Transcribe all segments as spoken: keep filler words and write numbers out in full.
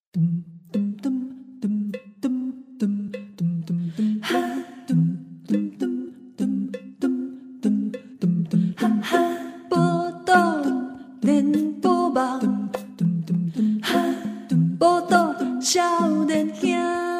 报道连波网，报道少年兄。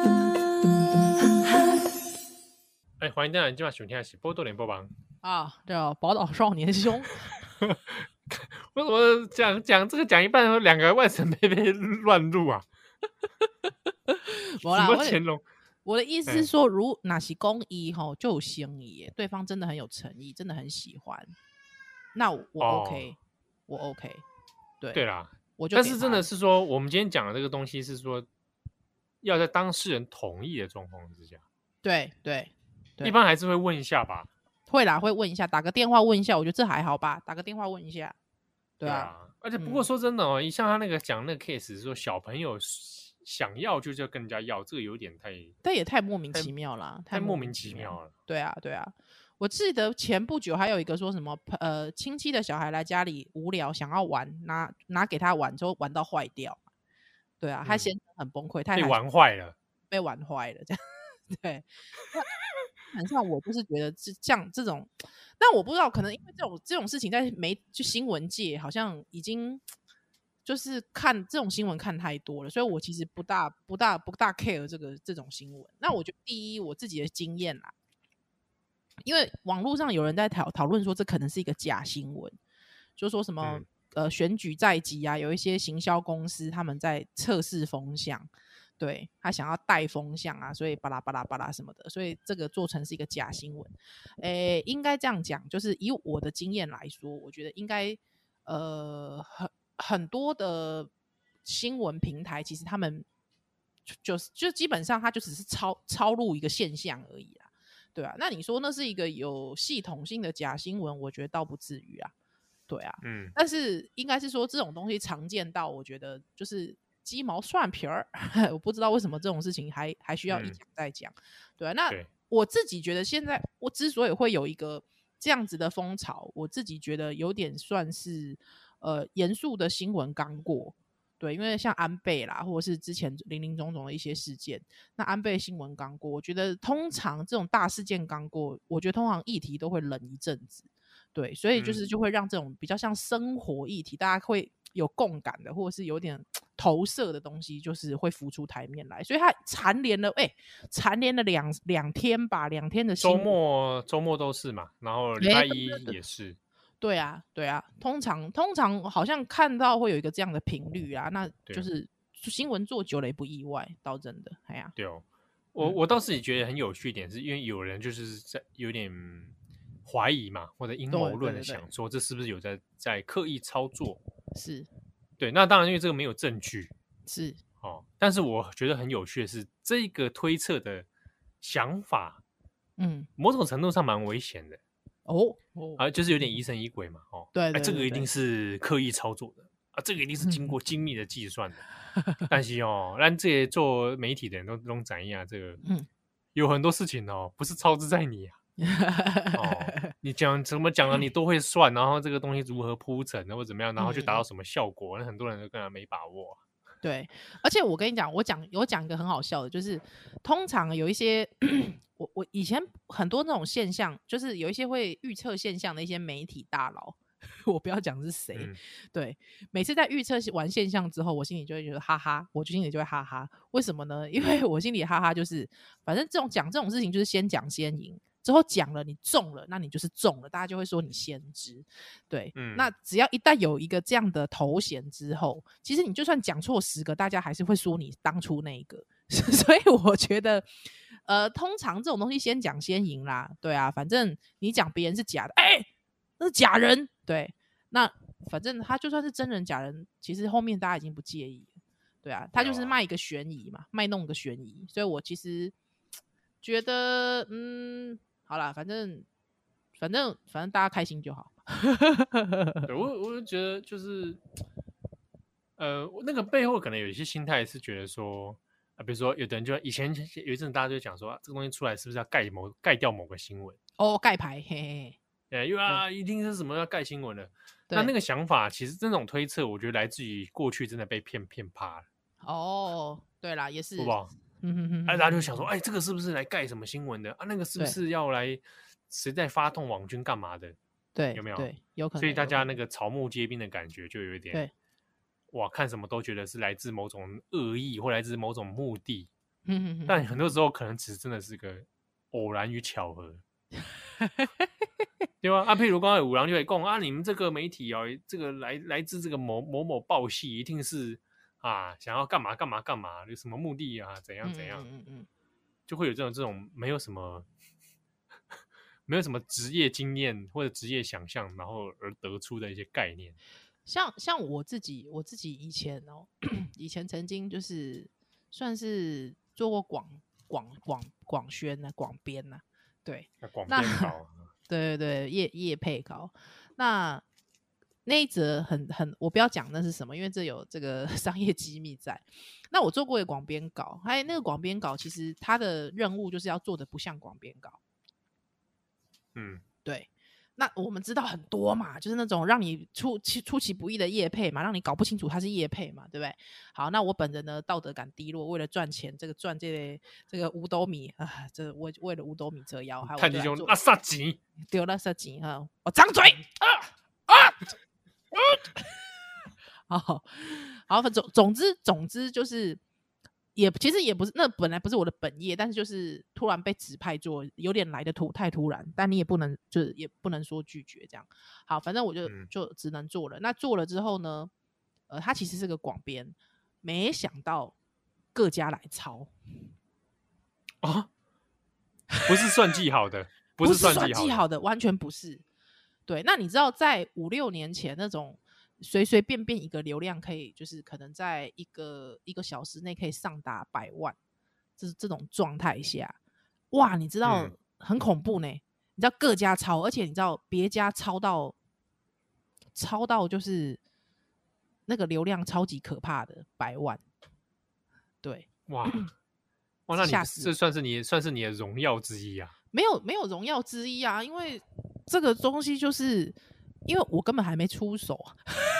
哎，欢迎大家今晚收听的是《波多连播帮》 啊，叫宝岛少年兄。 为什么讲讲这个讲一半，两个外省妹妹乱入啊？ 没啦， 什么乾隆？ 我的意思是说，如哪是公益吼，就有心意，对方真的很有诚意，真的很喜欢，那我 OK，、哦、我 OK， 对对啦， 我就。 但是真的是说，我们今天讲的这个东西是说，要在当事人同意的状况之下， 对对对， 一般还是会问一下吧。 会啦，会问一下，打个电话问一下，我觉得这还好吧，打个电话问一下。对啊， 对啊，而且不过说真的哦，嗯、像他那个讲那个 case 说小朋友想要就就跟人家要，这个有点太， 但也太莫名其妙了， 太莫名其妙了。 对啊，对啊，我记得前不久还有一个说什么呃亲戚的小孩来家里无聊想要玩，拿拿给他玩之后玩到坏掉，对啊，他先生很崩溃，他被玩坏了， 被玩坏了这样，对。基本上我就是觉得像这种，但我不知道，可能因为这种这种事情在媒就新闻界好像已经就是看这种新闻看太多了，所以我其实不大不大不大 care 这个这种新闻。那我觉得第一，我自己的经验啦，因为网络上有人在讨讨论说这可能是一个假新闻，就说什么、嗯、呃选举在即啊，有一些行销公司他们在测试风向。对，他想要带风向啊，所以巴拉巴拉巴拉什么的，所以这个做成是一个假新闻。诶，应该这样讲，就是以我的经验来说，我觉得应该呃很很多的新闻平台，其实他们就就基本上他就只是抄抄录一个现象而已啦，对啊。那你说那是一个有系统性的假新闻，我觉得倒不至于啊，对啊，嗯。但是应该是说这种东西常见到，我觉得就是。鸡毛蒜皮儿，我不知道为什么这种事情还还需要一讲再讲，嗯、对啊。那我自己觉得现在我之所以会有一个这样子的风潮，我自己觉得有点算是呃严肃的新闻刚过，对，因为像安倍啦，或者是之前林林总总的一些事件，那安倍新闻刚过，我觉得通常这种大事件刚过，我觉得通常议题都会冷一阵子，对，所以就是就会让这种比较像生活议题，大家会有共感的，或者是有点投射的东西，就是会浮出台面来。所以它蝉联了，哎、欸，蝉联了两两天吧，两天的周末，周末都是嘛，然后礼拜一也是。欸、 对啊，对啊，通常通常好像看到会有一个这样的频率啊，那就是新闻做久了也不意外，倒真的，哎呀、啊， 对哦，我、嗯、我倒是也觉得很有趣一点，是因为有人就是在有点怀疑嘛，或者阴谋论的想说，这是不是有在在刻意操作？ 是。 对，那当然，因为这个没有证据， 是哦。但是我觉得很有趣的是，这个推测的想法，嗯，某种程度上蛮危险的哦，哦啊，就是有点疑神疑鬼嘛，哦， 对, 對, 對, 對， 哎，这个一定是刻意操作的啊，这个一定是经过精密的计算的。嗯、但是哦，让这些做媒体的人都都怎样？这个，嗯，有很多事情哦，不是操之在你啊。哦，你讲怎么讲了，你都会算，然后这个东西如何铺陈，或怎么样，然后去达到什么效果，那、嗯、很多人都跟他没把握、啊。 对，而且我跟你讲，我讲有讲一个很好笑的，就是通常有一些我我以前很多那种现象，就是有一些会预测现象的一些媒体大佬，我不要讲是谁、嗯，对，每次在预测完现象之后，我心里就会觉得哈哈，我心里就会哈哈，为什么呢？因为我心里哈哈就是，反正这种讲这种事情就是先讲先赢。之后讲了你中了，那你就是中了，大家就会说你先知，对、嗯，那只要一旦有一个这样的头衔之后，其实你就算讲错十个，大家还是会说你当初那一个，所以我觉得，呃，通常这种东西先讲先赢啦，对啊，反正你讲别人是假的，哎、欸，那是假人，对，那反正他就算是真人假人，其实后面大家已经不介意了，对啊，他就是卖一个悬疑嘛，卖弄个悬疑，所以我其实觉得，嗯。好啦，反正反正反正大家开心就好。 对，我我就觉得就是，呃，那个背后可能有一些心态是觉得说，啊、呃，比如说有的人就以前有一阵大家就讲说、啊，这个东西出来是不是要盖某盖掉某个新闻？ 哦，盖牌，嘿嘿。 对，因为啊，一定是什么要盖新闻了。那那个想法，其实这种推测，我觉得来自于过去真的被骗骗怕了。 哦，对啦，也是， 对吧？ 嗯哼哼， 哎、啊，大家就想说，哎、这个是不是来盖什么新闻的啊？那个是不是要来谁在发动网军干嘛的？ 对， 有没有？ 对，有可能。 所以大家那个草木皆兵的感觉就有一点， 对， 哇，看什么都觉得是来自某种恶意或来自某种目的， 嗯哼哼， 但很多时候可能只真的是个偶然与巧合。对吧？啊，譬如刚才五郎就会讲啊，你们这个媒体哦，这个来来自这个某某某报系，一定是啊想要干嘛干嘛干嘛，有什么目的啊？怎样怎样？ 嗯嗯嗯， 就会有这种这种没有什么没有什么职业经验或者职业想象，然后而得出的一些概念。 像像我自己，我自己以前哦，以前曾经就是算是做过广广广广宣呢，广编呢，对， 广编稿。 对对对，业业配稿，那那一则很很，我不要讲那是什么，因为这有这个商业机密在。那我做过一个广编稿，还有那个广编稿，其实它的任务就是要做的不像广编稿。 嗯， 对。那我们知道很多嘛，就是那种让你出出其不意的业配嘛，让你搞不清楚它是业配嘛，对不对？好，那我本人呢道德感低落，为了赚钱，这个赚这个这个五斗米啊，这我为了五斗米折腰，还太极兄阿萨吉丢了色钱哈，我张嘴啊啊！好好，总总之总之就是。也其实也不是，那本来不是我的本业，但是就是突然被指派做，有点来的突太突然，但你也不能就是也不能说拒绝这样。好，反正我就、嗯、就只能做了。那做了之后呢，呃，它其实是个广编，没想到各家来抄啊，不是算计好的，不是算计好的， 好的，完全不是。对，那你知道在五六年前那种。随随便便一个流量可以，就是可能在一个一个小时内可以上达百万，这这种状态下，哇，你知道、嗯、很恐怖呢。你知道各家抄，而且你知道别家抄到抄到就是那个流量超级可怕的百万，对， 哇哇，那你这算是你算是你的荣耀之一啊？ 没有没有荣耀之一啊，因为这个东西就是。因为我根本还没出手啊，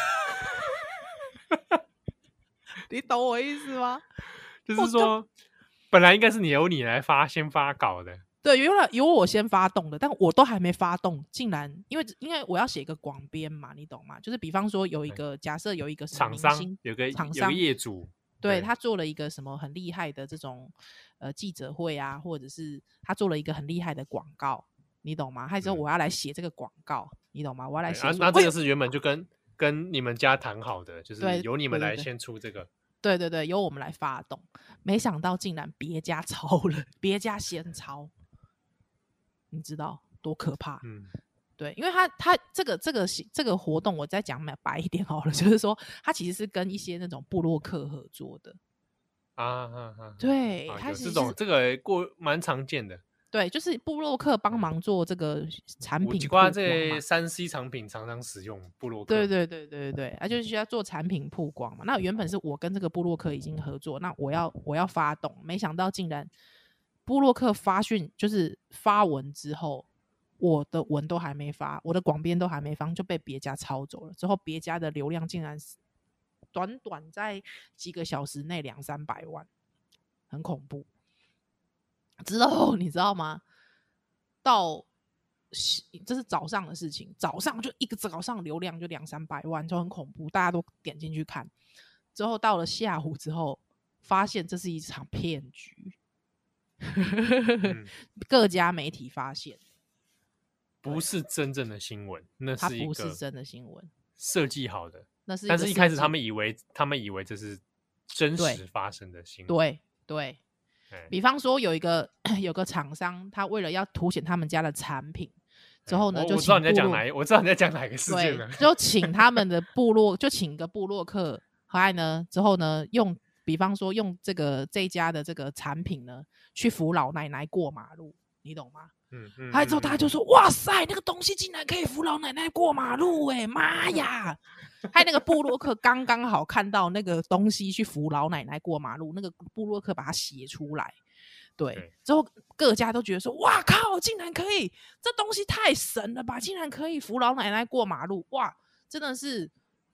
你懂我意思吗？ 就是说，本来应该是你由你来发先发稿的， 对，由由我先发动的，但我都还没发动，竟然因为因为我要写一个广编嘛，你懂吗？就是比方说有一个假设有一个厂商，有个厂商有个业主， 对, 对他做了一个什么很厉害的这种呃记者会啊，或者是他做了一个很厉害的广告。你懂吗？还是说我要来写这个广告、嗯，你懂吗？我要来写、啊。 那这个是原本就跟跟你们家谈好的，就是由你们来先出这个。 对对 对, 对，由我们来发动。没想到竟然别家抄了，别家先抄，你知道多可怕？嗯，对，因为他他这个这个这个活动，我再讲白一点好了，就是说他其实是跟一些那种部落客合作的啊啊啊！ 对， 啊、 他有这种这个过蛮常见的。 对，就是部落客帮忙做这个产品， 几挂这三 C 产品常常使用部落客， 对对对对对，啊，就是需要做产品曝光嘛。那原本是我跟这个部落客已经合作，那我要我要发动，没想到竟然部落客发讯就是发文之后，我的文都还没发，我的广编都还没发，就被别家抄走了。之后别家的流量竟然短短在几个小时内两三百万，很恐怖。之后你知道吗？到这是早上的事情，早上就一个早上流量就两三百万，就很恐怖，大家都点进去看。之后到了下午之后，发现这是一场骗局，嗯、各家媒体发现不是真正的新闻，那是一个它不是真的新闻， 设计好的。 那是， 但是一开始他们以为，他们以为这是真实发生的新闻， 对对。比方说有一个有个厂商，他为了要凸显他们家的产品，之后呢，就我知道你在讲哪一，我知道你在讲哪个事件了， 就请他们的部落，就请个部落客，后来呢，之后呢，用比方说用这个这一家的这个产品呢，去扶老奶奶过马路，你懂吗？嗯嗯。还之后大家就说：“哇塞，那个东西竟然可以扶老奶奶过马路、欸，哎妈呀！”还那个部落客刚刚好看到那个东西去扶老奶奶过马路，那个部落客把它写出来，对，之后各家都觉得说：“哇靠，竟然可以！这东西太神了吧！竟然可以扶老奶奶过马路，哇，真的是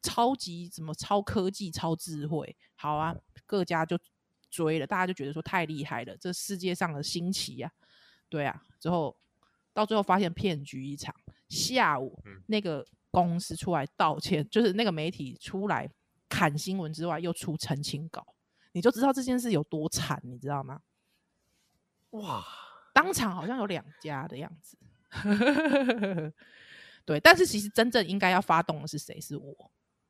超级什么超科技、超智慧，好啊，各家就追了，大家就觉得说太厉害了，这世界上的新奇啊，对啊，之后到最后发现骗局一场，下午、嗯、那个公司出来道歉，就是那个媒体出来砍新闻之外，又出澄清稿，你就知道这件事有多惨，你知道吗？哇，当场好像有两家的样子。对，但是其实真正应该要发动的是谁？是我。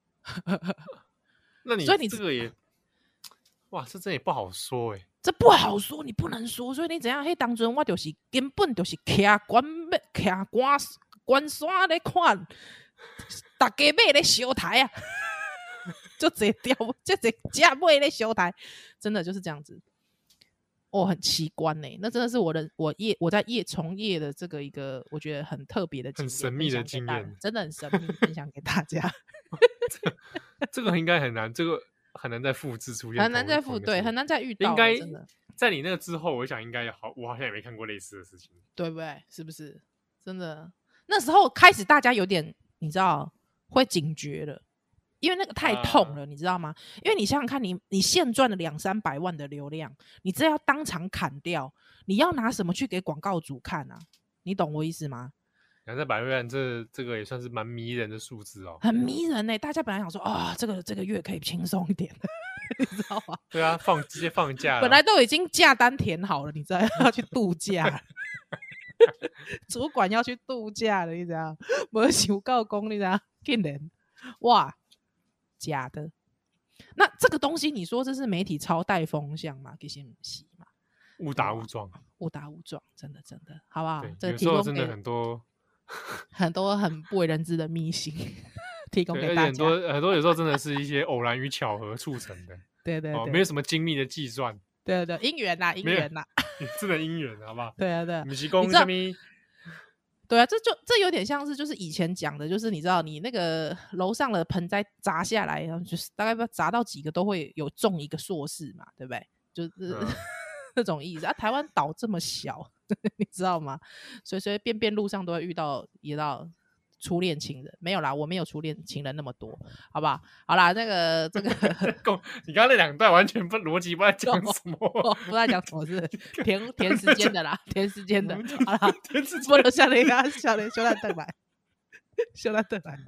那你所以你这个也，哇，这真也不好说哎、欸， 这不好说，你不能说。所以你怎样？嘿，当阵我就是根本就是徛关徛关关山咧看，大家买咧烧台啊，就这条这这家买咧烧台，真的就是这样子。哦，很奇观呢、欸，那真的是我的我业我在业从业的这个一个我觉得很特别的经验， 很神秘的经验， 真的很神秘，分享给大家。 这, 这个应该很难，这个很难再复制出现， 很难再复对，很难再遇到。 应该真的在你那个之后，我想应该好，我好像也没看过类似的事情， 对不对？是不是？真的，那时候开始大家有点你知道会警觉了。因为那个太痛了、啊、你知道吗？因为你想想看，你你现赚了两三百万的流量，你这要当场砍掉，你要拿什么去给广告主看啊？你懂我意思吗？ 两三百万，这这个也算是蛮迷人的数字哦， 很迷人呢、欸。大家本来想说啊、哦，这个这个月可以轻松一点，你知道吗？ 对啊，放直接放假了， 本来都已经假单填好了，你知道要去度假了。主管要去度假了，你知道？没想到功，你知道？竟然哇！假的，那这个东西你说这是媒体超带风向吗？其实不是嘛， 误打误撞， 误打误撞，真的真的，好不好？ 对，有时候真的很多很多很不为人知的秘辛，提供给大家。 很多很多有时候真的是一些偶然与巧合促成的， 对, 对对， 哦，没有什么精密的计算， 对对，姻缘呐，姻缘呐， 真的姻缘，好不好？ 对啊对啊， 不是说什么。 对啊，这就这有点像是就是以前讲的，就是你知道你那个楼上的盆栽砸下来，然后就是大概砸到几个都会有中一个硕士嘛，对不对？就是、嗯、那种意思啊。台湾岛这么小，你知道吗？随随便便路上都会遇到遇到初恋情人，没有啦，我没有初恋情人那么多，好不好？好啦，那个这个， 你刚刚那两段完全不逻辑，不知道讲什么， 不知道讲什么是填填时间的啦，填时间的，好啦，填时间，不能笑脸啊，笑脸，笑脸等来，笑脸等来。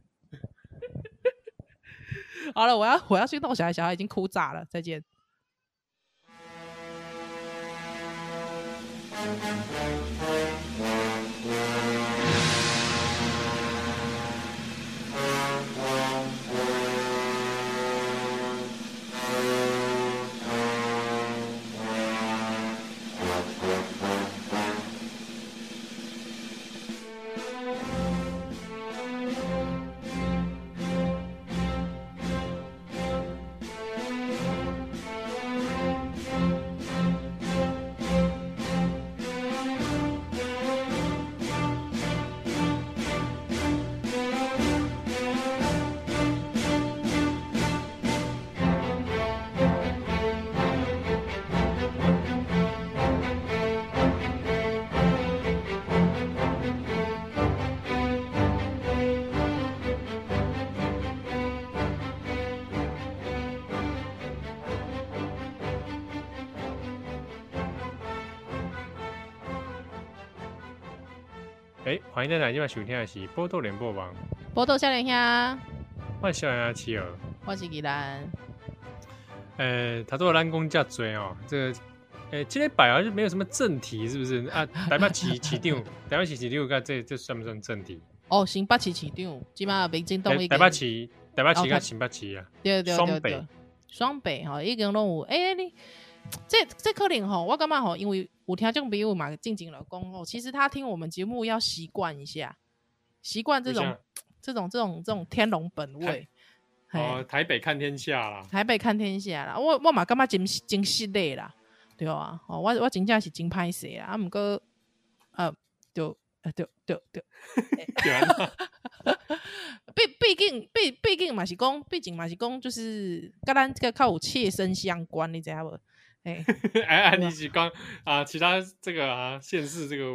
好了，我要我要去弄小孩，小孩已经哭炸了，再见。 哎，欢迎大家今晚收听的是《波多联播网》， 波多少年兄， 我是少年七儿， 我是宜兰。 呃，他说咱讲这多哦，这个，呃，今天摆好像没有什么正题，是不是啊？台北市市长，台北市市长，这这算不算正题？ 哦，新北市市长，今嘛民进党已经台北市，台北市跟新北市啊， 对对对对， 双北哈，已经拢有。哎、欸，你这这可能吼，我感觉吼，因为有听众朋友嘛，静静了讲吼，其实他听我们节目要习惯一下，习惯这种这种这种这种天龙本位。 哦，台北看天下啦， 台北看天下啦，我我嘛感觉真真失礼啦，对啊，哦，我我真正是真歹势啦，啊，不过呃，就呃，对对对， 对啊， 毕毕竟毕毕竟嘛是讲，毕竟嘛是讲，就是跟咱这个较有切身相关，你知道不？哎哎，你是讲啊，其他这个啊县市这个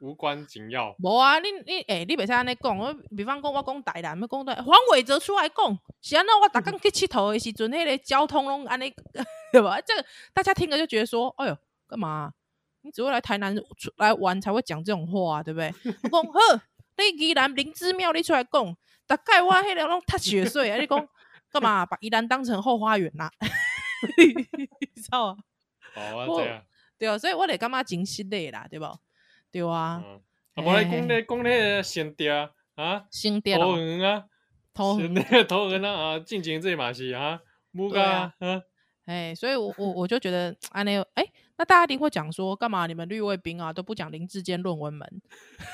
无关紧要。 无啊，你你诶、欸，你袂使安尼讲。我比方讲，我讲台南，要讲台黄伟哲出来讲，是安怎？我逐工去佚佗的时阵，迄个交通拢安尼，对吧？这个大家听了就觉得说，哎呦，干嘛、啊？你只会来台南来玩才会讲这种话、啊，对不对？我讲呵，你宜兰林之妙，你出来讲，大概我迄个拢踢血水啊！你讲干嘛？把宜兰当成后花园啦、啊？你知道吗？ 哦，啊，这样对啊，所以我得感觉真失礼啦，对不？对啊。 嗯、啊，无来讲咧，讲咧先调啊， 先调头圆啊， 头圆头圆啊啊，进前这嘛是啊，木噶啊， 哎，所以我我我就觉得安尼，哎，那大家一定会讲说，干嘛你们绿卫兵啊都不讲林志坚论文门？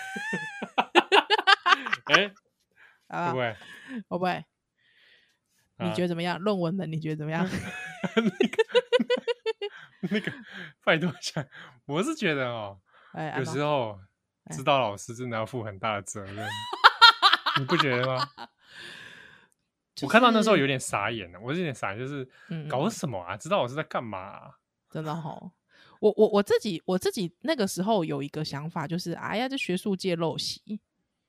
哎， 啊， 会不会？ 会不会？你觉得怎么样？论文门你觉得怎么样？ 那个那个，拜托一下，我是觉得哦， 哎， 有时候指导老师真的要负很大的责任，你不觉得吗？就是、我看到那时候有点傻眼了，我有点傻眼，就是搞什么啊？嗯、指导老师在干嘛、啊？ 真的齁，我我我自己我自己那个时候有一个想法，就是哎呀，这学术界陋习，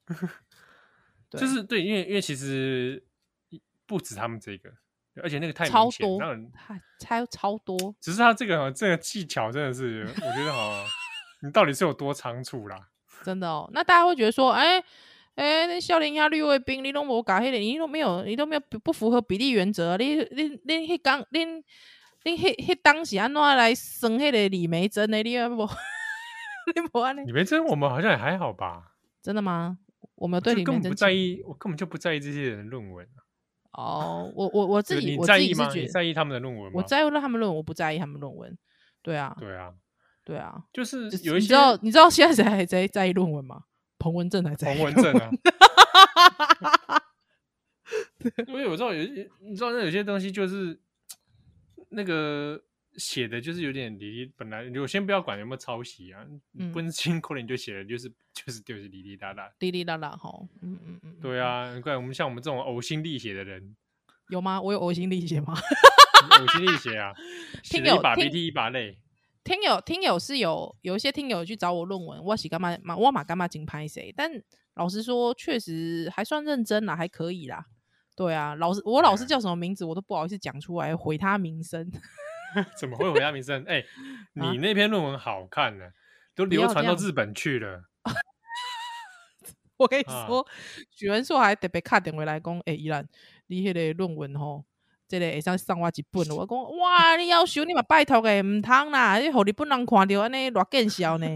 就是对，因为因为其实不止他们这个。而且那个太超明显， 多， 让人超超多。 只是他这个这个技巧真的是，我觉得好，你到底是有多长处啦？ 真的哦，那大家会觉得说，哎、欸、哎，那少年下绿卫兵，你都没搞迄个，你都没有，你都没有不符合比例原则，你你你迄刚，你你迄迄当时安怎来生迄个李梅珍的？你有无？你无安尼？ 李梅珍我们好像也还好吧？ 真的吗？我们对李梅珍根本不在意，我根本就不在意这些人的论文、啊。 哦，我我我自己， 你在意吗？ 我自己是觉得你在意他们的论文吗？ 我在意他们论文，我不在意他们论文。对啊， 对啊， 对啊， 就是有一些， 你知道你知道现在谁还在在意论文吗？彭文正还在彭文正啊。因为我知道有些，你知道那有些东西就是那个写的，就是有点离离。本来我先不要管有没有抄袭啊， 嗯， 本身可能就写的就是就是就是离离达达， 离离达达哈。嗯嗯嗯， 对啊，你看我们像我们这种呕心沥血的人， 有吗？我有呕心沥血吗？ 呕心沥血啊，写了一把鼻涕一把泪。 听友听友是有有一些听友去找我论文，我是干嘛嘛我嘛干嘛紧拍谁？但老实说，确实还算认真啦，还可以啦。对啊，老师我老师叫什么名字我都不好意思讲出来，毁他名声。 怎么会毁他名声？哎、欸，你那篇论文好看呢、啊，都流传到日本去了。 我跟你说，许文硕还特别打电话来讲，哎、欸，依然你迄个论文吼。这个会使送我一本，我讲哇，你要求你嘛拜托诶，唔通啦，你互日本人看到安尼偌见笑呢？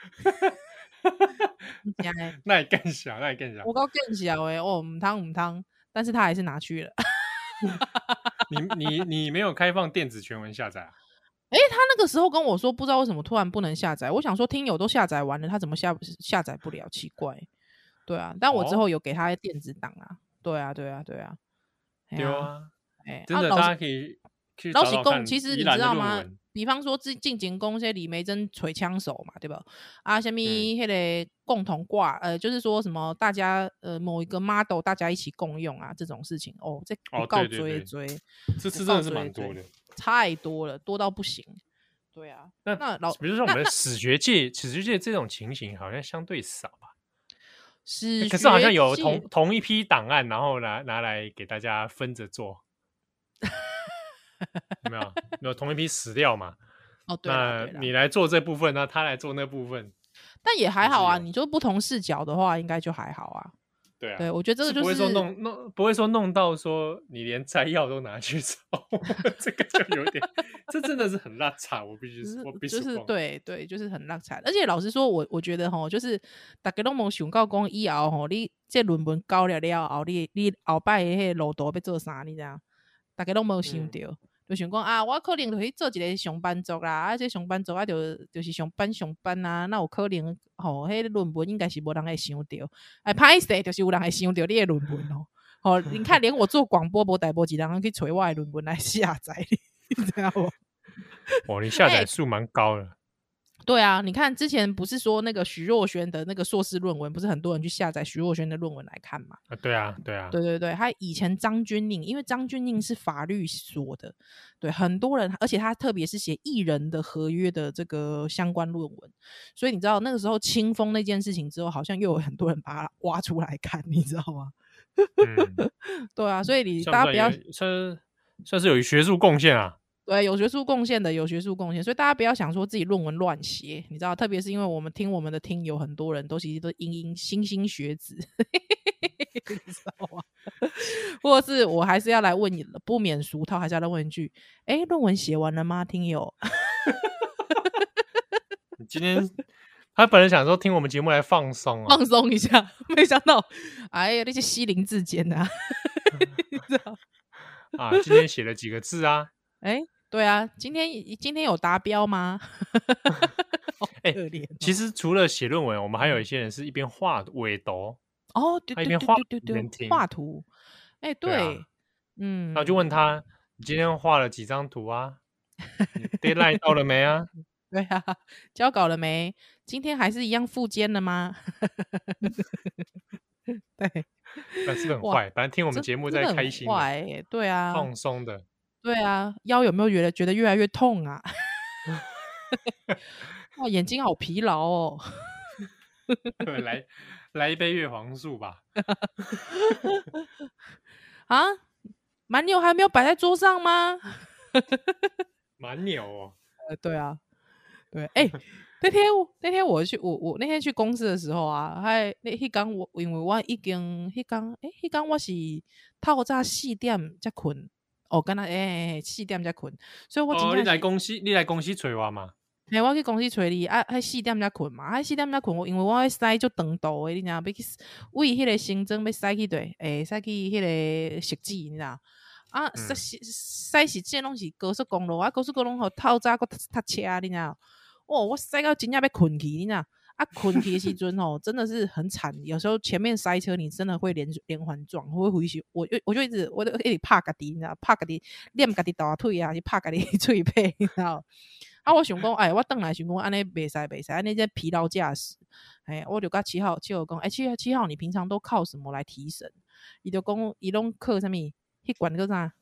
那也更小，那也更小， 我够见笑诶，哦，唔通唔通，但是他还是拿去了。 你你你没有开放电子全文下载啊？ 哎、欸，他那个时候跟我说，不知道为什么突然不能下载。我想说，听友都下载完了，他怎么下下载不了？奇怪。对啊，但我之后有给他电子档啊。对啊，对啊，对啊。 对啊。 欸、 真的， 啊、 大家可以去找找看。 其实你知道吗？比方说进前讲些李梅珍捶枪手嘛，对吧？啊，什么迄个共同挂、嗯，呃，就是说什么大家呃某一个 model 大家一起共用啊，这种事情哦，这不告追追， 这次真的是蛮多的， 太多了，多到不行。对啊， 那那老比如说我们的史学界，史学界这种情形好像相对少吧？ 史学可是好像有同同一批档案，然后拿拿来给大家分着做。有没有有同一批史料嘛？ 哦，对， 那你来做这部分，那他来做那部分， 但也还好啊。你就不同视角的话，应该就还好啊。 对啊， 对，我觉得这个就是不会说弄弄，不会说弄到说你连摘要都拿去抄，这个就有点，这真的是很邋遢。我必须，我必须就是对对，就是很邋遢。而且老实说，我我觉得哈，就是大家都没想到讲以后吼，你这论文交了了后，你你后摆的迄个路途要做啥？你知道？大家都没有想到，嗯、就想讲啊，我可能就去做一个上班族啦，啊，这上班族啊就就是上班上班啊，那有可能吼，迄、那个论文应该是无人会想到，哎，歹势就是有人会想到你的论文哦。哦，你看连我做广播无代无几人去找我的论文来下载，你知道不？ 哦，你下载数蛮高的。 对啊，你看之前不是说那个徐若瑄的那个硕士论文，不是很多人去下载徐若瑄的论文来看嘛？ 啊，对啊，对啊， 对对对，他以前张钧甯，因为张钧甯是法律所的，对很多人，而且他特别是写艺人的合约的这个相关论文，所以你知道那个时候清风那件事情之后，好像又有很多人把它挖出来看，你知道吗？嗯，对啊，所以你大家不要算算是有学术贡献啊。 对，有学术贡献的，有学术贡献，所以大家不要想说自己论文乱写，你知道，特别是因为我们听我们的听友很多人都其实都莺莺莘莘学子，你知道吗？或者是我还是要来问你，不免俗套，还是要来问一句：哎，论文写完了吗？听友， 你今天他本来想说听我们节目来放松啊， 放松一下，没想到，哎呀，那些西林自坚啊，你知道啊，今天写了几个字啊？ 哎。对啊，今天今天有达标吗？ 哎、欸，其实除了写论文，我们还有一些人是一边画尾读哦，对对对对对对，画图。哎、欸，对，对啊、嗯， 然后就问他，你今天画了几张图啊 ？deadline 到了没啊？ 对啊，交稿了没？今天还是一样复健了吗？对， 那是不是很坏？反正听我们节目在开心， 坏、欸，对啊， 放松的。 对啊，腰有没有觉得觉得越来越痛啊？哇，眼睛好疲劳哦。 来来一杯叶黄素吧。 啊，蛮牛还没有摆在桌上吗？ 蛮牛哦。 呃，对啊，对，哎、欸，那天那天我去我我那天去公司的时候啊，还那迄天我因为我已经迄天哎迄天我是透早四点才困。哦，敢若诶，四点才困，所以我真正哦，你来公司，你来公司找我嘛？ 嘿，我去公司找你，啊，迄四点才困嘛，啊，四点才困，因为我要驶就长途诶，你知道，要去为迄个行政要驶去对，诶，驶去迄个实际，你知道，啊，驶驶实际拢是高速公路，啊，高速公路吼透早搁塞车，你知道，哦，我驶到真正要困去，你知道。啊，困去的时阵哦，真的是很惨。有时候前面塞车，你真的会连连环撞，会回去。我我就一直我就一直拍家己，你知道，拍家己练家己大腿啊，是拍家己嘴皮，你知道。啊，我想讲，哎，我回来想讲，安尼袂使袂使，安尼在疲劳驾驶。哎，我就跟七号七号讲，哎，七号七号，你平常都靠什么来提神？伊就讲，伊拢靠什么？迄管叫啥？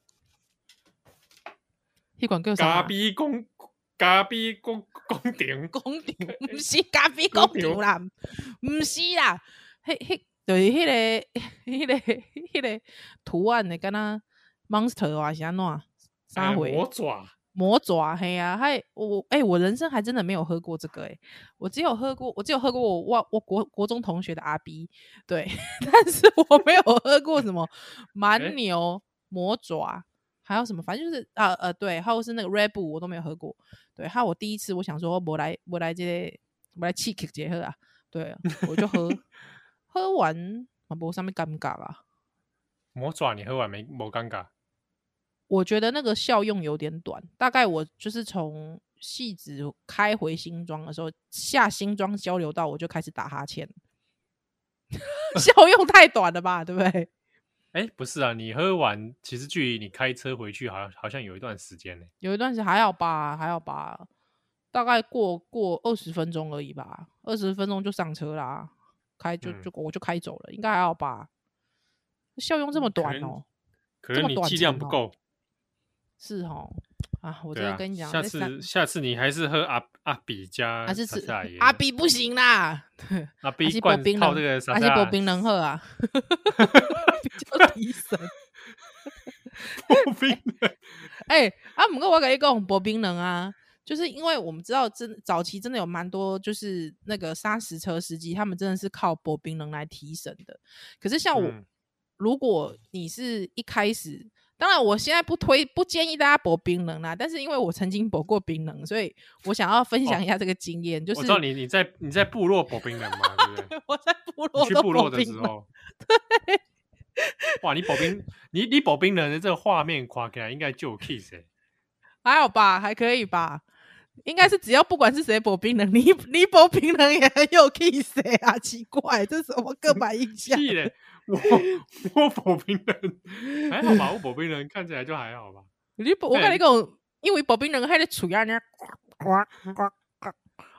迄管叫啥？ 咖比公。咖比工工厂， 工厂不是咖比工厂啦，不是啦，迄迄就是迄个迄个迄个图案的，敢若 monster 还是安怎？啥回？ 魔爪， 魔爪，嘿啊，还我哎、欸，我人生还真的没有喝过这个哎、欸，我只有喝过，我只有喝过我我我国国中同学的阿 B， 对，但是我没有喝过什么蛮牛魔爪。还有什么？反正就是啊呃对，还有是那个 Red Bull 我都没有喝过。对，还有我第一次我想说我来我来这个我来气 K 结合啊，对，我就喝喝完嘛没上面尴尬吧。 魔爪你喝完没没尴尬？ 我觉得那个效用有点短，大概我就是从汐止开回新庄的时候，下新庄交流道我就开始打哈欠，效用太短了吧，对不对？ 哎、欸，不是啊，你喝完其实距离你开车回去好像好像有一段时间呢、欸。 有一段时间还好吧，还好吧，大概过过二十分钟而已吧，二十分钟就上车啦，开就就、嗯、我就开走了，应该还好吧？效用这么短哦、喔， 可能你剂量不够、喔， 是哦。啊，我真的跟你讲、 啊，下次下次你还是喝阿阿比加， 还是吃阿比不行啦， 阿比灌靠这个啥？ 还是薄冰能喝啊？比较提神。 薄冰能， 哎、欸，啊，不过我跟你讲，薄冰能啊，就是因为我们知道真早期真的有蛮多就是那个砂石车司机，他们真的是靠薄冰能来提神的。可是像我，嗯、如果你是一开始。当然，我现在不推不建议大家薄冰能啦，但是因为我曾经薄过冰能，所以我想要分享一下这个经验。哦、就是我知道你你在你在部落薄冰能嘛，对不对？ 我在部落， 你去部落的时候， 对， 哇，你薄冰你你薄冰能的这个画面夸起来应该就有 kiss 哎、欸， 还好吧，还可以吧。应该是只要不管是谁薄冰能，你你薄冰能也很有 kiss 啊，奇怪，这是什么刻板印象？ 屁嘞！我我薄冰人还好吧，我薄冰人看起来就还好吧。 你我跟你讲，因为薄冰人还在嘴啊，你呱呱呱，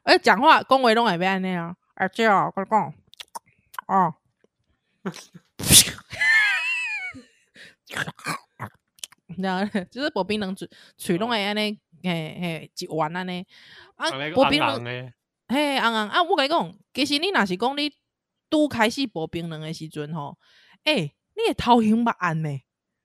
而且讲话恭维拢会变那样，而且啊，我讲哦，然后就是薄冰冷嘴嘴拢会安尼，嘿嘿，一弯安尼啊，薄冰冷嘿红红啊，我跟你讲，其实你若是讲你拄开始薄冰冷的时阵吼，诶、欸，你的头型目暗呢？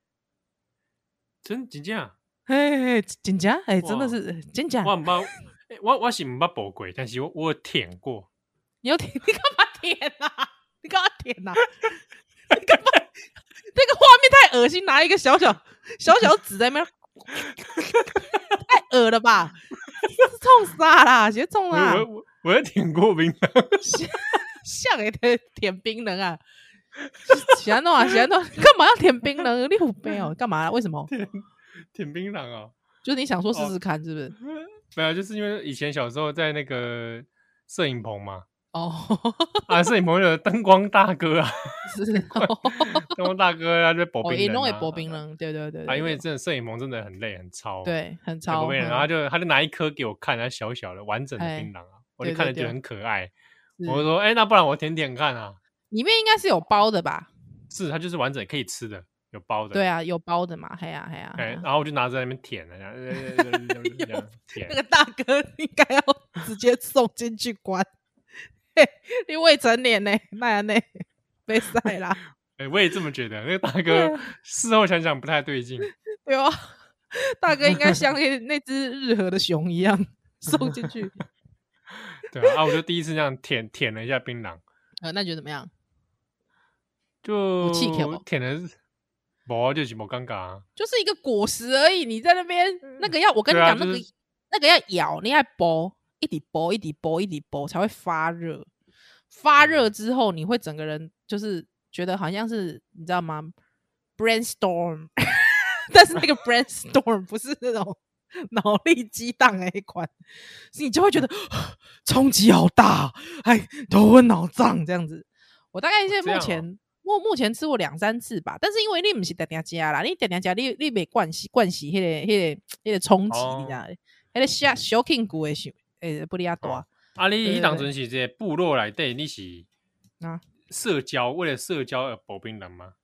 真真正， 嘿，真正，哎、欸，真的是真正。 我唔捌，我我是唔捌薄过，但是我我舔过。 你有舔？你干嘛舔啊？你干嘛舔啊？你干嘛？那个画面太恶心，拿一个小小小小纸在那边，太恶了吧？冲啥啦？谁冲啊？ 我我我有舔过槟榔， 像也得舔槟榔啊？喜欢弄啊？喜欢弄？干嘛要舔槟榔？你虎背哦？干嘛？为什么？ 舔舔槟榔哦？ 就是你想说试试看，是不是？ 没有，就是因为以前小时候在那个摄影棚嘛。 哦， 啊，摄影棚的灯光大哥啊， 是灯光大哥他就薄冰人， 哦，也薄冰人，对对对啊，因为真的摄影棚真的很累很糙， 对，很糙， 薄冰人，然后他就他就拿一颗给我看，他小小的完整的槟榔啊，我就看着觉得很可爱，我就说，哎，那不然我舔舔看啊， 里面应该是有包的吧？ 是，它就是完整可以吃的，有包的， 对啊，有包的嘛，嘿呀嘿呀， 哎，然后我就拿着在那边舔了， 舔，那个大哥应该要直接送进去关。你未成年呢、欸，那样呢，被晒啦。 哎、欸，我也这么觉得。那个大哥事后想想不太对劲。 对啊，大哥应该像那那只日和的熊一样送进去。 对啊，啊，我就第一次这样舔舔了一下槟榔。 呃，那觉得怎么样？ 就舔的，不就是不尴尬啊， 就是一个果实而已。你在那边那个要，我跟你讲、啊，那个、就是、那个要咬，你要剥。一滴剥一滴剥一滴剥才会发热，发热之后你会整个人就是觉得好像是你知道吗 ？brainstorm， 但是那个 brainstorm 不是那种脑力激荡那一款，你就会觉得冲击好大，哎，头昏脑胀这样子。我大概现在目前我、哦、目前吃过两三次吧，但是因为你不是常常吃啦，你常常吃你你没惯习惯习那个那个那个冲击，你知道？那个小小 king 股的想。诶、欸，不离啊多啊！ 啊，你你当阵是这个部落内底，你是啊社交为了社交而薄槟榔吗？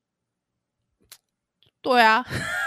对啊，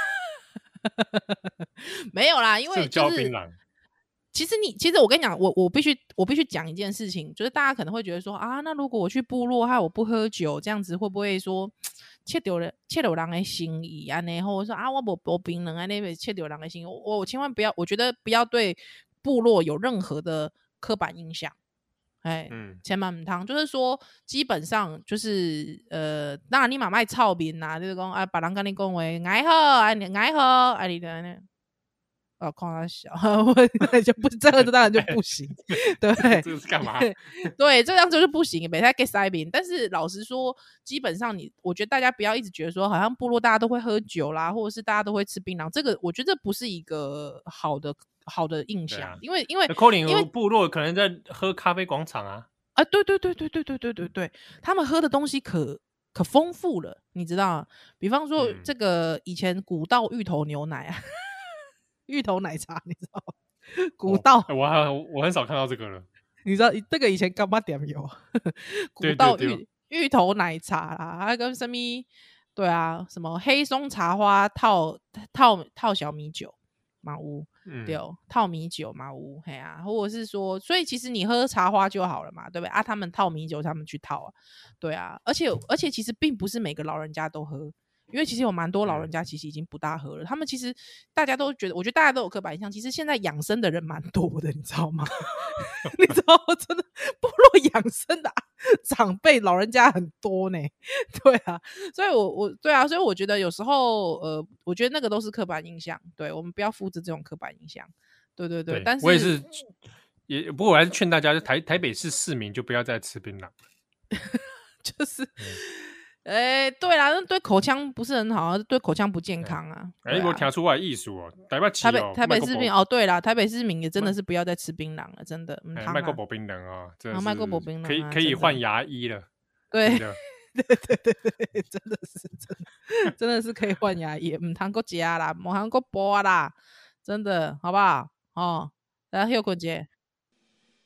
没有啦，因为、就是、 社交槟榔。 其实你，其实我跟你讲，我我必须我必须讲一件事情，就是大家可能会觉得说啊，那如果我去部落，还有我不喝酒，这样子会不会说切掉了切掉人的心意啊？呢，或者说啊，我不薄槟榔啊，那边切掉人的心意，我我千万不要，我觉得不要对部落有任何的刻板印象，哎，嗯，千万唔通，就是说，基本上就是呃，当然你嘛卖臭面呐，就是讲啊，别人跟你讲话，爱好，爱你爱好，爱你的呢，哦，看他小，就不这个当然就不行，对， 这个是干嘛？ 对，这样就是不行，没太给塞饼。但是老实说，基本上你，我觉得大家不要一直觉得说，好像部落大家都会喝酒啦，或者是大家都会吃槟榔，这个我觉得这不是一个好的。好的印象，啊、因为因为因为部落可能在喝咖啡广场啊， 啊，对对对对对对对对对，他们喝的东西可可丰富了，你知道？比方说、嗯、这个以前古道芋头牛奶啊，芋头奶茶，你知道吗？古道， 哦、我还我很少看到这个了， 你知道这个以前干嘛点有？古道芋对对对芋头奶茶啦，还有跟什么？对啊，什么黑松茶花套套套小米酒嘛有。嗯、对，套米酒嘛，有嘿啊，或者是说，所以其实你喝茶花就好了嘛，对不对啊？他们套米酒，他们去套啊，对啊，而且而且其实并不是每个老人家都喝，因为其实有蛮多老人家其实已经不大喝了。他们其实大家都觉得，我觉得大家都有刻板印象，其实现在养生的人蛮多的，你知道吗？你知道真的部落养生的、啊、长辈老人家很多呢，对啊，所以我我对啊，所以我觉得有时候呃，我觉得那个都是刻板印象，对，我们不要复制这种刻板印象，对对 对, 对，但是我也是，也不过我还是劝大家，台台北市市民就不要再吃槟榔了， 就是。嗯哎、欸，对啦，那对口腔不是很好，对口腔不健康啊。 哎、欸，我听出来艺术哦，台北市台北台北市民哦，对啦，台北市民也真的是不要再吃槟榔了，真的。哎、 欸，卖过薄槟榔啊，真的是卖过薄槟榔、啊， 可以可以换牙医了。 对对对对对，真的是真的真的是可以换牙医，唔通过加啦，唔通过剥啦，真的好不好？哦，来休困姐。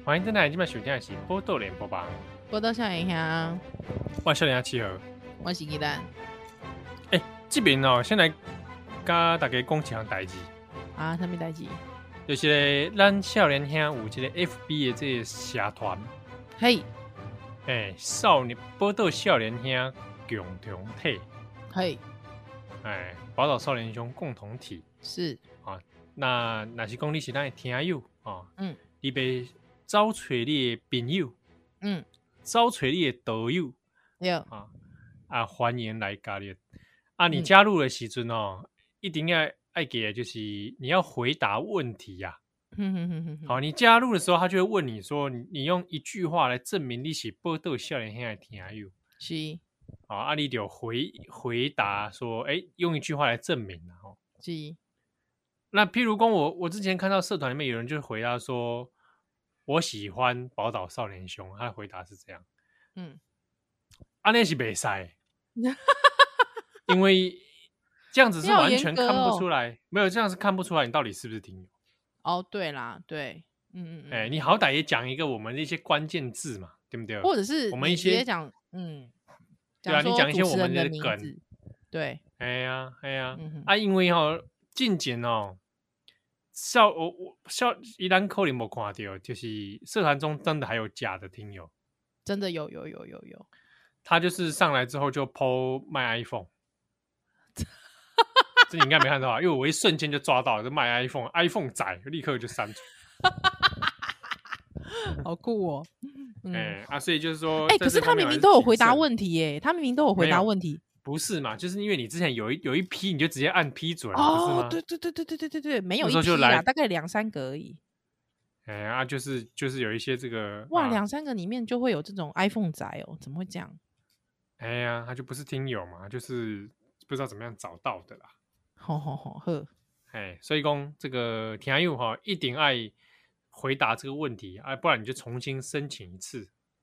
欢迎回来，今晚收听的是《波豆联播榜》。 波豆少年兄， 我少年兄七号， 我是鸡蛋。 哎，这边哦，先来跟大家讲一项代志啊，什么代志？ 就是咱少年兄有一个 F B 的这个社团， 嘿， 哎，少年波豆少年兄共同体， 嘿， 哎，宝岛少年兄共同体是啊。那若是讲你是咱的听友啊， 嗯， 你被找找你的朋友， 嗯， 找找你的导友， 对啊啊，欢迎来加入啊！你加入的时阵哦，嗯、一定要爱给，就是你要回答问题呀、啊。 嗯哼哼哼好，你加入的时候，他就会问你说，你你用一句话来证明你是报道少年兄的听友。 是， 好，啊，你就回回答说，哎，用一句话来证明然后。 是。 那譬如讲我我之前看到社团里面有人就回答说，我喜欢宝岛少年兄，他的回答是这样，嗯，啊那是没塞，因为这样子是完全看不出来，哦、没有这样是看不出来你到底是不是听友。 哦，对啦，对，嗯嗯嗯， 哎、欸，你好歹也讲一个我们的一些关键字嘛，对不对？ 或者是我们一些直接讲，嗯， 对啊，你讲一些我们的梗， 对， 哎呀哎呀， 嗯、 啊，因为哦，近前哦。少我我少一旦扣零没看到，就是社团中真的还有假的听友， 真的有有有有有， 他就是上来之后就 po 卖 iPhone， 这你应该没看到啊，因为我一瞬间就抓到了，就卖 iPhone iPhone 仔，立刻就删除， 好酷哦， 哎、嗯欸、啊，所以就是说， 哎、欸，可是他明明都有回答问题耶，他明明都有回答问题。 不是嘛？就是因为你之前有一有一批，你就直接按批准， 哦、 不是吗？ 对对对对对对对对，没有一批啦，大概两三个而已。 哎呀、啊，就是就是有一些这个哇，两、啊、三个里面就会有这种 iPhone 仔哦，怎么会这样？ 哎呀，他就不是听友嘛，就是不知道怎么样找到的啦。 好好好呵， 哎，所以讲这个听友哈，一定爱回答这个问题啊，不然你就重新申请一次。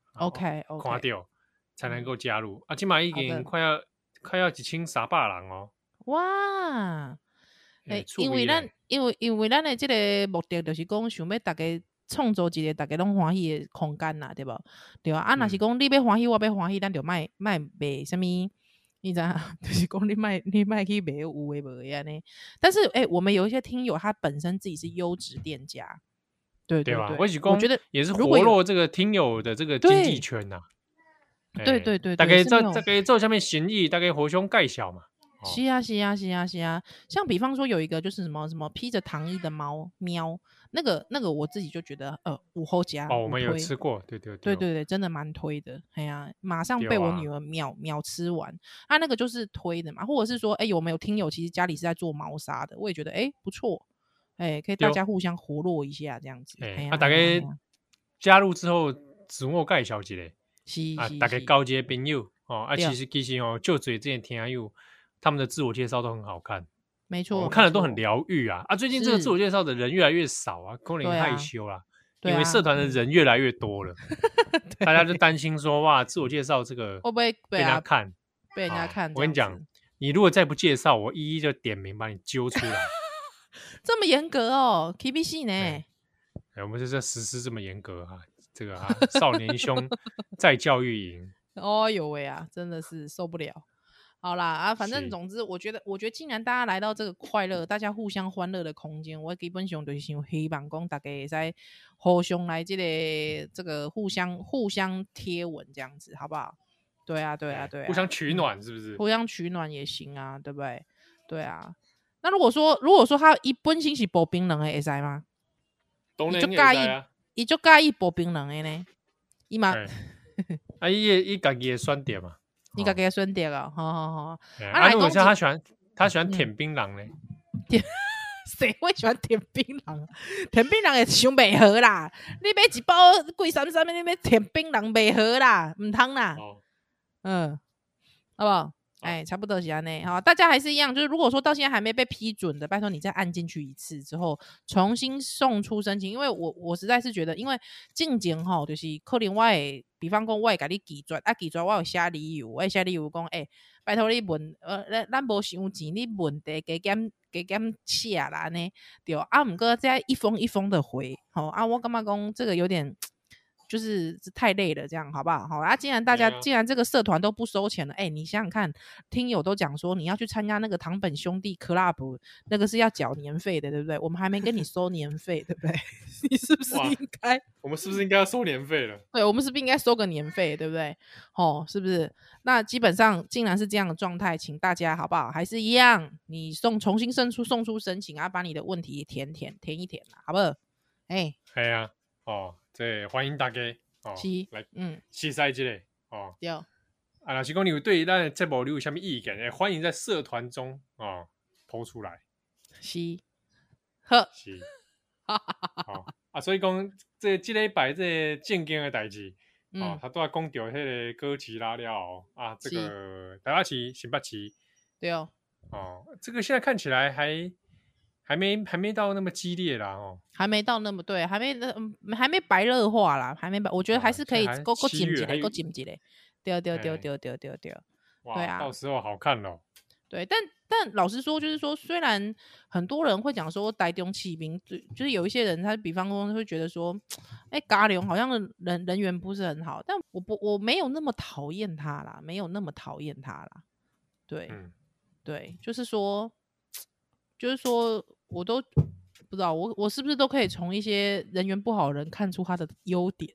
OK OK， 看掉才能够加入、嗯、啊，起码已经快要。快要一千三百人哦！ 哇，欸、因为咱因为因为咱的这个目的就是讲，想要大家创造一个大家拢欢喜的空间啦，对不？对吧？啊，若、嗯、是讲你要欢喜，我要欢喜，咱就卖卖卖什么？你知道，就是讲你卖你卖去卖有诶无诶安尼。但是哎、欸，我们有一些听友，他本身自己是优质店家，对对 对, 对吧？ 我, 我觉得也是活络这个听友的这个经济圈呐、啊。 对对 对, 對， 大概做大概做下面生意，大概互相介绍嘛。 哦、是啊是啊是啊是啊，像比方说有一个就是什么什么披着糖衣的猫喵，那个那个我自己就觉得呃午后家哦，我们有吃过，对对对对对，真的蛮推的。哎呀、啊，马上被我女儿秒、啊、秒吃完。啊，那个就是推的嘛，或者是说，哎，有没有听友其实家里是在做猫砂的，我也觉得哎不错，哎，可以大家互相活络一下这样子。哎呀、啊， 大概加入之后自我介绍一下。 是啊，大概交接朋友哦，啊，其实其实哦，就嘴这些听友，他们的自我介绍都很好看， 没错， 我看了都很疗愈啊。啊，最近这个自我介绍的人越来越少啊，可能害羞啦，啊、因为社团的人越来越多了，啊、大家就担心说哇，自我介绍这个会不会被人家看？ 被人家看、啊？ 我跟你讲，你如果再不介绍，我一一就点名把你揪出来。 这么严格哦 ，K B C 呢？ 哎，我们就是实施这么严格啊。这个啊，少年兄在教育营， 哦呦喂啊，真的是受不了。好啦啊，反正总之，我觉得，我觉得既然大家来到这个快乐、大家互相欢乐的空间，我基本上就是想希望讲大家会使互相来这个这个互相互相贴文这样子，好不好？对啊，对啊，对啊， 互相取暖是不是？ 互相取暖也行啊，对不对？对啊。那如果说，如果说他一本身是薄冰冷的，会使吗？ 当然会使啊。 伊就介意薄冰冷的呢，伊嘛， 啊，伊伊家己的选择嘛， 伊家己的选择啊，好好好。 啊，如果像他喜欢，他喜欢舔槟榔呢？ 舔，谁会喜欢舔槟榔？舔槟榔也伤袂好啦！你买一包贵三三，你买舔槟榔袂好啦，唔通啦。哦、嗯，好不好？哎，差不多是安内好，大家还是一样，就是如果说到现在还没被批准的，拜托你再按进去一次之后，重新送出申请。因为我我实在是觉得，因为进前吼，就是可能我会，比方讲我会给你拒绝，啊拒绝我有写理由，我会写理由讲，哎、欸，拜托你问，呃，咱咱无伤钱，你问题加减加减写啦呢，对啊，唔过再一封一封的回，好啊，我感觉讲这个有点就是太累了，这样好不好？好啊，既然大家、 啊、 既然这个社团都不收钱了，哎、欸，你想想看，听友都讲说你要去参加那个堂本兄弟 club， 那个是要缴年费的，对不对？我们还没跟你收年费，对不对？你是不是应该？ 我们是不是应该要收年费了？ 对，我们是不是应该收个年费，对不对？哦，是不是？那基本上竟然是这样的状态，请大家好不好？还是一样，你送重新送出送出申请啊，把你的问题填填填一填啦，好不好？哎， 系啊，哦，这欢迎大家哦来，嗯，试赛之类哦。 对。 啊，若是讲你有对咱的节目你有什么意见，也欢迎在社团中哦投出来。 是，好， 是，好啊，所以讲这这礼拜这正经的代志，嗯、哦，他都要讲到迄个哥吉拉了啊，这个台北市、新北市， 对哦， 哦，这个现在看起来还。还没还没到那么激烈啦哦， 还没到那么对，还没那、嗯、还没白热化啦，还没白，我觉得还是可以够够紧急的，够紧急的，对对对对对对对，对啊， 到时候好看咯。 对，但但老实说，就是说，虽然很多人会讲说台中市民，就是有一些人他比方说会觉得说，哎、欸，高雄好像人人缘不是很好，但我不我没有那么讨厌他啦，没有那么讨厌他啦，对、嗯、对，就是说。就是说，我都不知道，我我是不是都可以从一些人缘不好的人看出他的优点？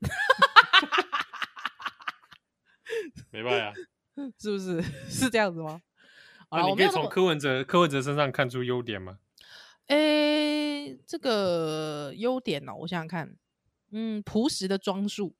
没办法， 是不是是这样子吗？ 那你可以从柯文哲柯文哲身上看出优点吗？ 诶，这个优点哦，我想想看，嗯，朴实的装束。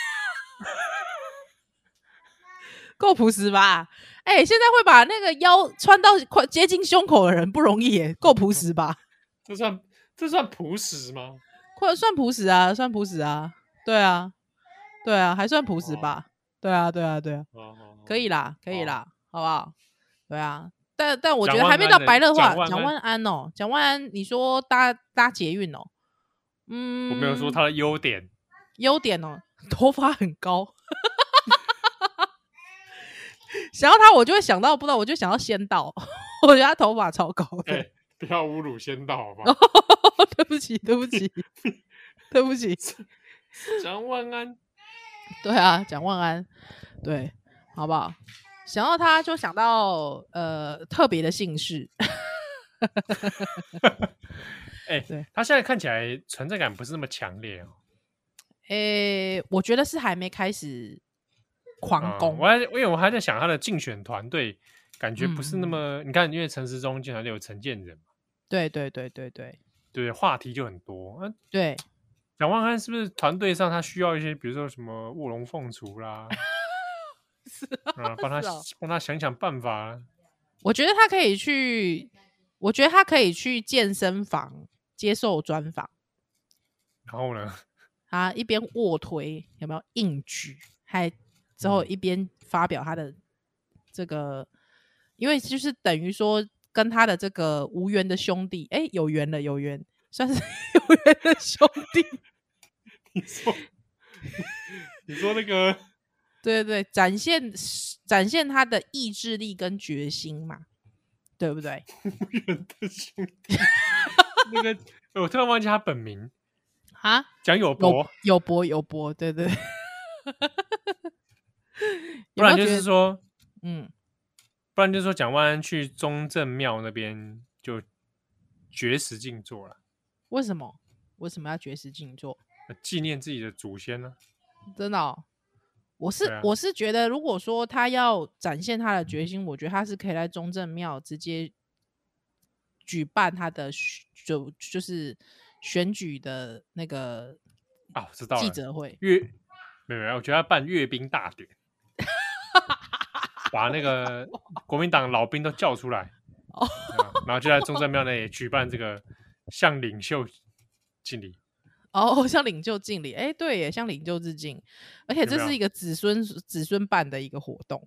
够朴实吧？哎、欸，现在会把那个腰穿到快接近胸口的人不容易耶，够朴实吧？ 这算这算朴实吗？ 快算朴实啊，算朴实啊，对啊，对啊，还算朴实吧？哦、对啊，对啊，对啊，哦、可以啦，可以啦，哦、好不好？对啊，但但我觉得还没到白热化。蒋万安哦，蒋万安，你说搭搭捷运哦，嗯， 我没有说他的优点， 优点哦，头发很高。想到他，我就会想到，不知道，我就想到仙道。我觉得他头发超高的。 欸、不要侮辱仙道，好不好？ 对不起，对不起，对不起。 蒋万安， 对啊，蒋万安，对，好不好？想到他就想到呃特别的姓氏。 哎、欸，对，他现在看起来存在感不是那么强烈哦。 哎、欸，我觉得是还没开始。狂攻、 嗯，我还因为我还在想他的竞选团队，感觉不是那么、嗯、你看，因为陈时中竞选队有陈建仁嘛， 对对对对对对，话题就很多。啊、 对， 蒋万安是不是团队上他需要一些，比如说什么卧龙凤雏啦， 是啊， 帮、嗯、他帮、哦、他想想办法。 我觉得他可以去，我觉得他可以去健身房接受专访， 然后呢， 他一边卧推有没有硬举，还之后一边发表他的这个，因为就是等于说跟他的这个无缘的兄弟，哎，有缘了，有缘，算是有缘的兄弟。 你说，你说那个， 对对对，展现展现他的意志力跟决心嘛，对不对？ 无缘的兄弟，那个我突然忘记他本名啊， 蒋友柏， 友柏友柏，对对。 不然就是说，嗯，不然就是说，蒋万安去中正庙那边就绝食静坐了。 为什么？为什么要绝食静坐？ 纪念自己的祖先呢、 啊？真的、哦，我是、啊、我是觉得，如果说他要展现他的决心，我觉得他是可以在中正庙直接举办他的就就是选举的那个啊，我知道了， 记者会。 阅没有没有，我觉得要办阅兵大典。把那个国民党老兵都叫出来，哦、然后就在中正庙那里举办这个向领袖敬礼。 哦，向领袖敬礼，哎，对耶，向领袖致敬，而且这是一个子孙有有子孙办的一个活动，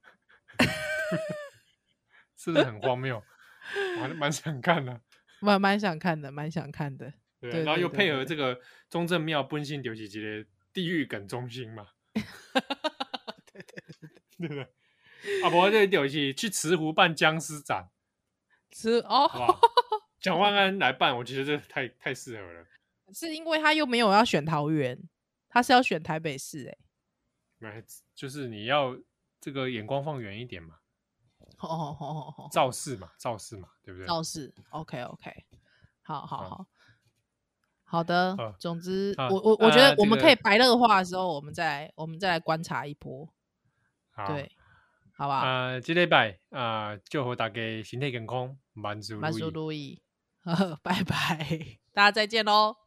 是不是很荒谬？我还蛮想看的， 蛮蛮想看的，蛮想看的。 对，对，然后又配合这个中正庙本身就是一个地狱梗中心嘛。 对对对对不对？啊，不，这就是去慈湖办僵尸展， 是哦， 蒋万安来办，我觉得这太太适合了。 是因为他又没有要选桃园， 他是要选台北市哎、欸，就是你要这个眼光放远一点嘛。 哦哦哦哦， 造势嘛，造势嘛，对不对？ 造势 ，OK OK， 好好好。好的，呃、总之，呃、我我我觉得我们可以白热化的时候，我们再来我们再来观察一波，对，好吧？ 呃，这礼拜啊，祝福大家身体健康，万事万事如意，拜拜，大家再见喽。